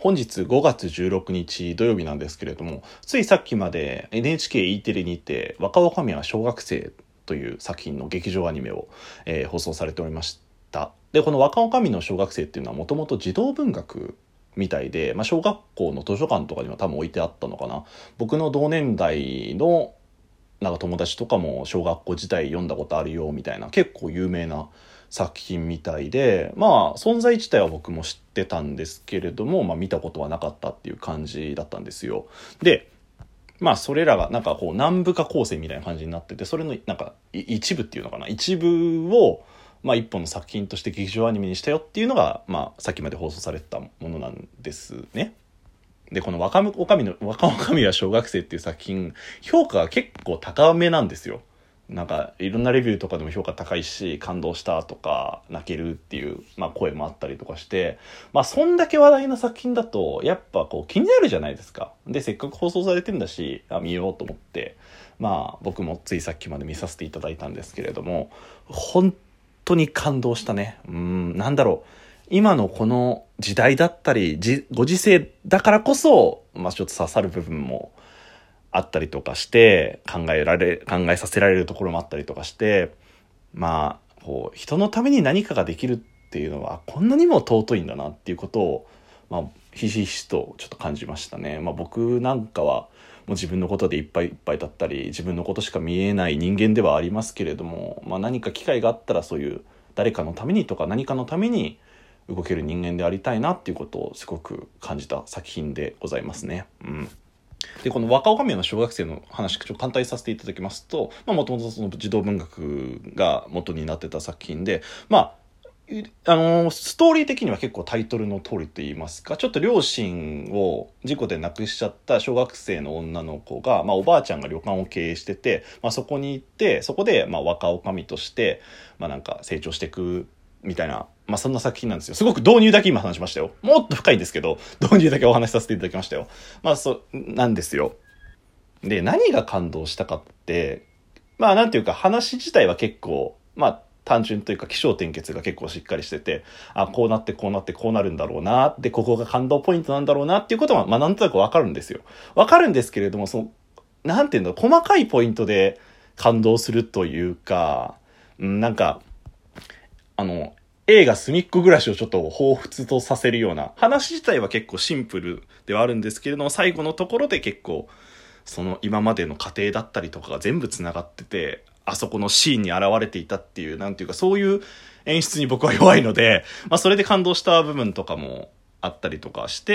本日5月16日土曜日なんですけれども、ついさっきまで NHKE テレにて若女将は小学生という作品の劇場アニメを、放送されておりました。で、この若女将の小学生っていうのはもともと児童文学みたいで、小学校の図書館とかには多分置いてあったのかな。僕の同年代の友達とかも小学校時代読んだことあるよみたいな結構有名な作品みたいで、存在自体は僕も知ってたんですけれども、見たことはなかったっていう感じだったんですよ。で、それらが何部か構成みたいな感じになってて、それの一部っていうのかな、一部を一本の作品として劇場アニメにしたよっていうのがさっきまで放送されてたものなんですね。で、この若女将は小学生っていう作品、評価が結構高めなんですよ。いろんなレビューとかでも評価高いし、感動したとか泣けるっていう、声もあったりとかして、そんだけ話題な作品だとやっぱ気になるじゃないですか。で、せっかく放送されてんだし、見ようと思って、僕もついさっきまで見させていただいたんですけれども、本当に感動したね。今のこの時代だったりご時世だからこそ、ちょっと刺さる部分もあったりとかして、考えさせられるところもあったりとかして、人のために何かができるっていうのはこんなにも尊いんだなっていうことを、ひしひしとちょっと感じましたね。僕なんかはもう自分のことでいっぱいいっぱいだったり、自分のことしか見えない人間ではありますけれども、何か機会があったらそういう誰かのためにとか何かのために動ける人間でありたいなっていうことをすごく感じた作品でございますね。で、この若女将の小学生の話、ちょっと簡単にさせていただきますと、もともとその児童文学が元になってた作品で、ストーリー的には結構タイトルの通りと言いますか、ちょっと両親を事故で亡くしちゃった小学生の女の子が、おばあちゃんが旅館を経営してて、そこに行って、そこで若女将として、成長していくみたいな、そんな作品なんですよ。すごく導入だけ今話しましたよ。もっと深いんですけど、導入だけお話しさせていただきましたよ。なんですよ。で、何が感動したかって、なんていうか話自体は結構、単純というか起承転結が結構しっかりしてて、こうなってこうなってこうなるんだろうな、で、ここが感動ポイントなんだろうなっていうことは、なんとなくわかるんですよ。わかるんですけれども、なんていうんだ、細かいポイントで感動するというか、映画隅っこ暮らしをちょっと彷彿とさせるような、話自体は結構シンプルではあるんですけれども、最後のところで結構、その今までの過程だったりとかが全部つながってて、あそこのシーンに現れていたっていう、なんていうかそういう演出に僕は弱いので、それで感動した部分とかもあったりとかして、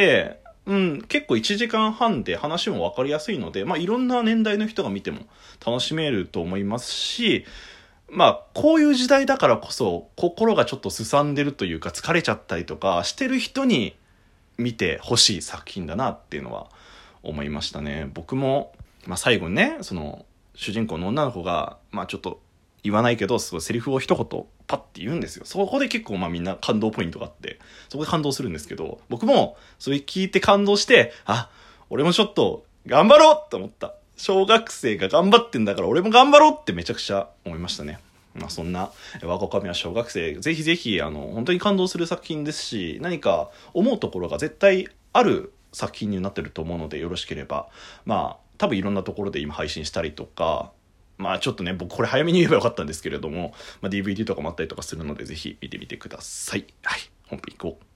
結構1時間半で話もわかりやすいので、いろんな年代の人が見ても楽しめると思いますし、こういう時代だからこそ心がちょっとすさんでるというか疲れちゃったりとかしてる人に見てほしい作品だなっていうのは思いましたね。僕も、最後にね、その主人公の女の子がちょっと言わないけどセリフを一言パッて言うんですよ。そこで結構みんな感動ポイントがあって、そこで感動するんですけど、僕もそれ聞いて感動して、俺もちょっと頑張ろうって思った。小学生が頑張ってんだから俺も頑張ろうってめちゃくちゃ思いましたね。そんな若女将は小学生、ぜひぜひ本当に感動する作品ですし、何か思うところが絶対ある作品になってると思うので、よろしければ多分いろんなところで今配信したりとか、ちょっとね、僕これ早めに言えばよかったんですけれども、DVD とかもあったりとかするので、ぜひ見てみてください。はい、本編行こう。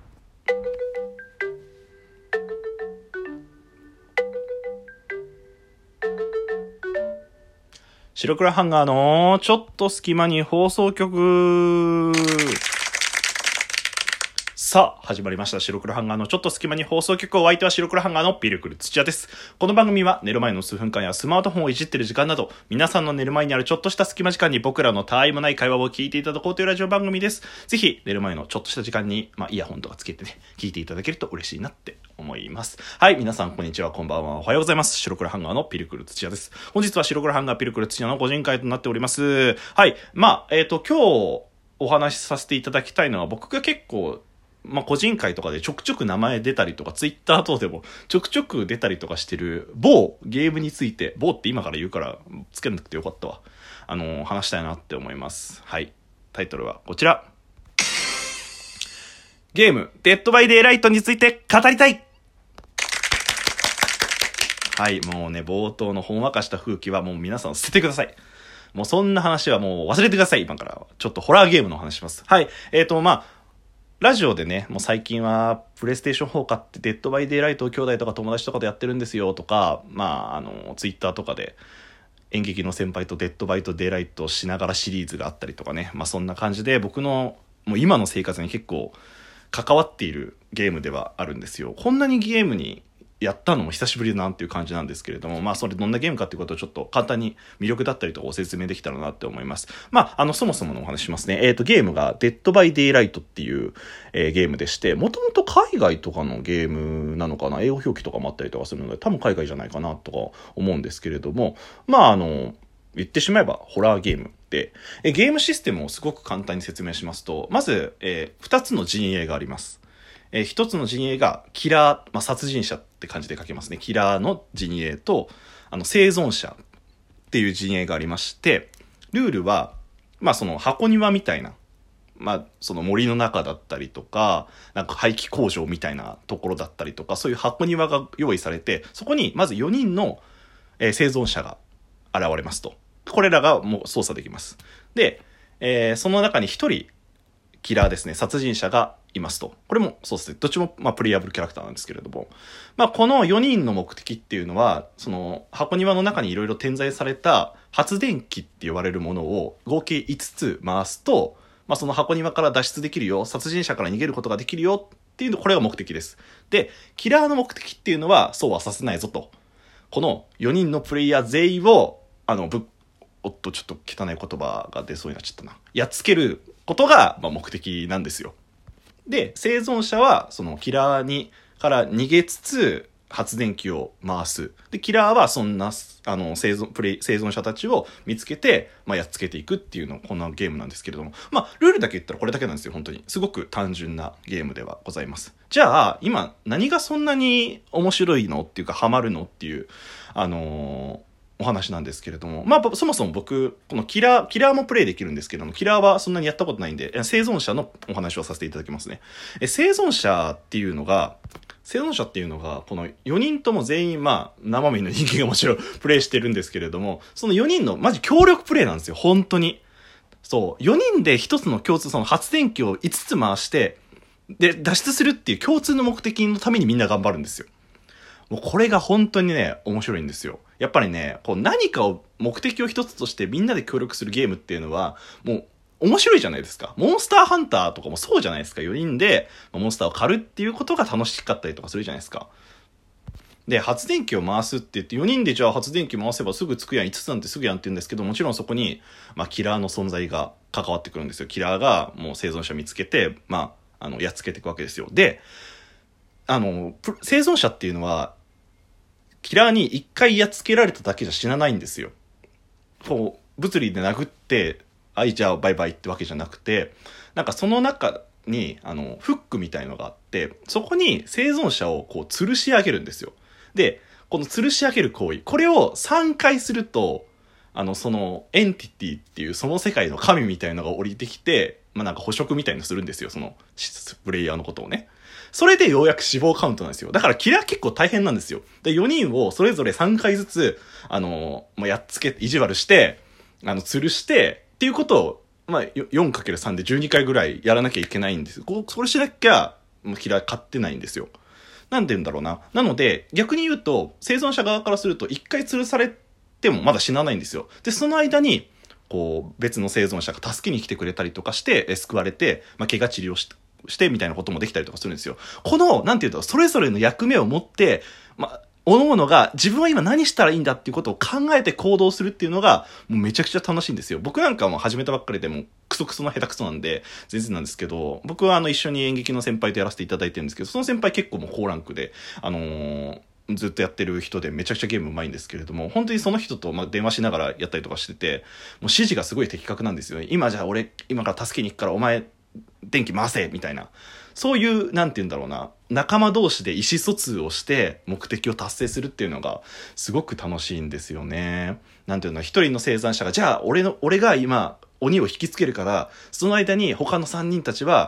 白黒ハンガーのちょっと隙間に放送局。さあ、始まりました。白黒ハンガーのちょっと隙間に放送局。お相手は白黒ハンガーのピルクル土屋です。この番組は寝る前の数分間やスマートフォンをいじってる時間など、皆さんの寝る前にあるちょっとした隙間時間に僕らのたわいもない会話を聞いていただこうというラジオ番組です。ぜひ、寝る前のちょっとした時間に、イヤホンとかつけてね、聞いていただけると嬉しいなって思います。はい、皆さんこんにちは、こんばんは、おはようございます。白黒ハンガーのピルクル土屋です。本日は白黒ハンガーピルクル土屋の個人会となっております。はい、今日お話しさせていただきたいのは、僕が結構個人会とかでちょくちょく名前出たりとか、ツイッター等でもちょくちょく出たりとかしてる某ゲームについて、某って今から言うからつけなくてよかったわ。話したいなって思います。はい。タイトルはこちら。 ゲーム、デッドバイデイライトについて語りたい。はい、もうね、冒頭のほんわかした風紀はもう皆さん捨ててください。もうそんな話はもう忘れてください、今から。ちょっとホラーゲームの話します。はい、ラジオでね、もう最近はプレイステーション4買ってデッドバイデイライトを兄弟とか友達とかでやってるんですよとか、ツイッターとかで演劇の先輩とデッドバイとデイライトをしながらシリーズがあったりとかね、そんな感じで僕のもう今の生活に結構関わっているゲームではあるんですよ。こんなにゲームにやったのも久しぶりだなっていう感じなんですけれども、それどんなゲームかっていうことをちょっと簡単に魅力だったりとかご説明できたらなって思います。そもそものお話しますね。ゲームがデッドバイデイライトっていう、ゲームでして、もともと海外とかのゲームなのかな、英語表記とかもあったりとかするので、多分海外じゃないかなとか思うんですけれども、言ってしまえばホラーゲームで、ゲームシステムをすごく簡単に説明しますと、まず、2つの陣営があります。一つの陣営がキラー、殺人者って感じで書けますね。キラーの陣営と、生存者っていう陣営がありまして、ルールは、その箱庭みたいな、その森の中だったりとか、なんか廃棄工場みたいなところだったりとか、そういう箱庭が用意されて、そこにまず4人の、生存者が現れますと。これらがもう操作できます。で、その中に1人、キラーですね、殺人者がいますと。これもそうですね、どっちもプレイヤブルキャラクターなんですけれども、この4人の目的っていうのは、その箱庭の中にいろいろ点在された発電機って呼ばれるものを合計5つ回すと、その箱庭から脱出できるよ、殺人者から逃げることができるよっていうの、これが目的です。で、キラーの目的っていうのはそうはさせないぞと。この4人のプレイヤー全員をちょっと汚い言葉が出そうになっちゃったな。やっつけることが目的なんですよ。で、生存者はそのキラーから逃げつつ発電機を回す。で、キラーはそんな生存者たちを見つけて、やっつけていくっていうのこんなゲームなんですけれども、ルールだけ言ったらこれだけなんですよ。本当にすごく単純なゲームではございます。じゃあ今何がそんなに面白いのっていうかハマるのっていうお話なんですけれども、そもそも僕このキラーもプレイできるんですけども、キラーはそんなにやったことないんで生存者のお話をさせていただきますね。生存者っていうのがこの4人とも全員生身の人間がもちろんプレイしてるんですけれども、その4人のマジ協力プレイなんですよ。本当にそう4人で一つの共通、その発電機を5つ回してで脱出するっていう共通の目的のためにみんな頑張るんですよ。もうこれが本当にね面白いんですよ。やっぱりね、こう何かを目的を一つとしてみんなで協力するゲームっていうのはもう面白いじゃないですか。モンスターハンターとかもそうじゃないですか。4人でモンスターを狩るっていうことが楽しかったりとかするじゃないですか。で、発電機を回すって言って4人でじゃあ発電機回せばすぐつくやん、5つなんてすぐやんって言うんですけど、もちろんそこにキラーの存在が関わってくるんですよ。キラーがもう生存者見つけてやっつけていくわけですよ。で、生存者っていうのはキラーに一回やっつけられただけじゃ死なないんですよ。こう物理で殴ってじゃあバイバイってわけじゃなくて、なんかその中にフックみたいのがあって、そこに生存者をこう吊るし上げるんですよ。で、この吊るし上げる行為、これを3回するとそのエンティティっていうその世界の神みたいのが降りてきて、なんか捕食みたいのするんですよ、そのプレイヤーのことをね。それでようやく死亡カウントなんですよ。だからキラー結構大変なんですよ。で、4人をそれぞれ3回ずつやっつけ意地悪して吊るしてっていうことを4×3 で12回ぐらいやらなきゃいけないんですよ。それしなきゃキラー勝ってないんですよ。なんて言うんだろうな。なので逆に言うと生存者側からすると1回吊るされてもまだ死なないんですよ。で、その間にこう別の生存者が助けに来てくれたりとかして救われて、怪我治療してみたいなこともできたりとかするんですよ。このなんていうとそれぞれの役目を持って各々が自分は今何したらいいんだっていうことを考えて行動するっていうのがもうめちゃくちゃ楽しいんですよ。僕なんかも始めたばっかりでもクソの下手くそなんで全然なんですけど、僕は一緒に演劇の先輩とやらせていただいてるんですけど、その先輩結構もう高ランクでずっとやってる人でめちゃくちゃゲームうまいんですけれども、本当にその人と電話しながらやったりとかしてて、もう指示がすごい的確なんですよね。今じゃあ俺今から助けに行くからお前電気回せみたいな、そういうなんて言うんだろうな、仲間同士で意思疎通をして目的を達成するっていうのがすごく楽しいんですよね。なんていうの、一人の生存者がじゃあ俺が今鬼を引きつけるから、その間に他の3人たちは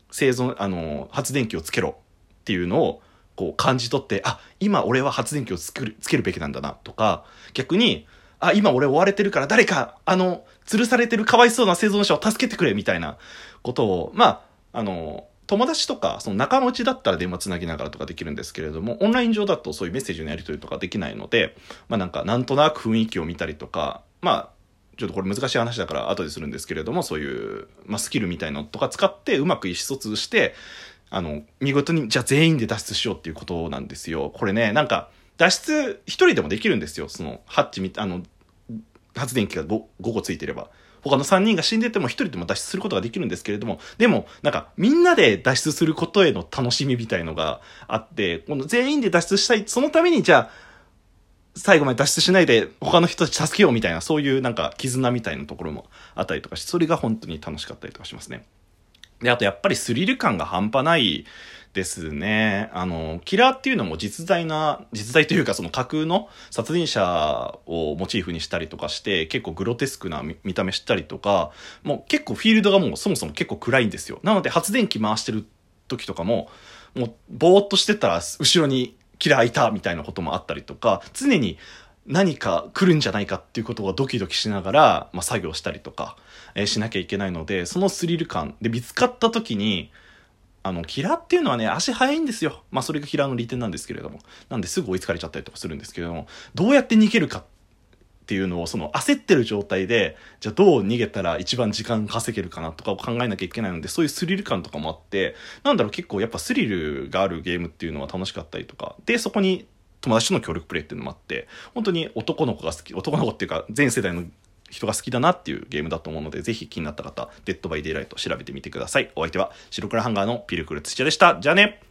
発電機をつけろっていうのをこう感じ取って、あ、今俺は発電機をつけるべきなんだなとか、逆に、あ、今俺追われてるから誰か、吊るされてるかわいそうな生存者を助けてくれみたいなことを、友達とか、その仲間内だったら電話つなぎながらとかできるんですけれども、オンライン上だとそういうメッセージのやり取りとかできないので、なんとなく雰囲気を見たりとか、ちょっとこれ難しい話だから後でするんですけれども、そういう、スキルみたいなのとか使ってうまく意思疎通して、見事に、じゃあ全員で脱出しようっていうことなんですよ。これね、脱出一人でもできるんですよ。その、発電機が5個ついてれば。他の3人が死んでても1人でも脱出することができるんですけれども、でもみんなで脱出することへの楽しみみたいのがあって、この全員で脱出したい、そのためにじゃあ最後まで脱出しないで他の人たち助けようみたいな、そういう絆みたいなところもあったりとかして、それが本当に楽しかったりとかしますね。で、あとやっぱりスリル感が半端ないですね。キラーっていうのも実在というか、その架空の殺人者をモチーフにしたりとかして、結構グロテスクな見た目したりとか、もう結構フィールドがもうそもそも結構暗いんですよ。なので発電機回してる時とかも、もうぼーっとしてたら後ろにキラーいたみたいなこともあったりとか、常に何か来るんじゃないかっていうことをドキドキしながら、作業したりとか、しなきゃいけないので、そのスリル感で見つかった時に、キラーっていうのはね、足早いんですよ。それがキラーの利点なんですけれども。なんですぐ追いつかれちゃったりとかするんですけれども、どうやって逃げるかっていうのを、その焦ってる状態で、じゃあどう逃げたら一番時間稼げるかなとかを考えなきゃいけないので、そういうスリル感とかもあって、結構やっぱスリルがあるゲームっていうのは楽しかったりとか、で、そこに友達との協力プレイっていうのもあって、本当に男の子っていうか全世代の人が好きだなっていうゲームだと思うので、ぜひ気になった方、デッドバイデイライト調べてみてください。お相手は白黒ハンガーのピルクル土屋でした。じゃあね。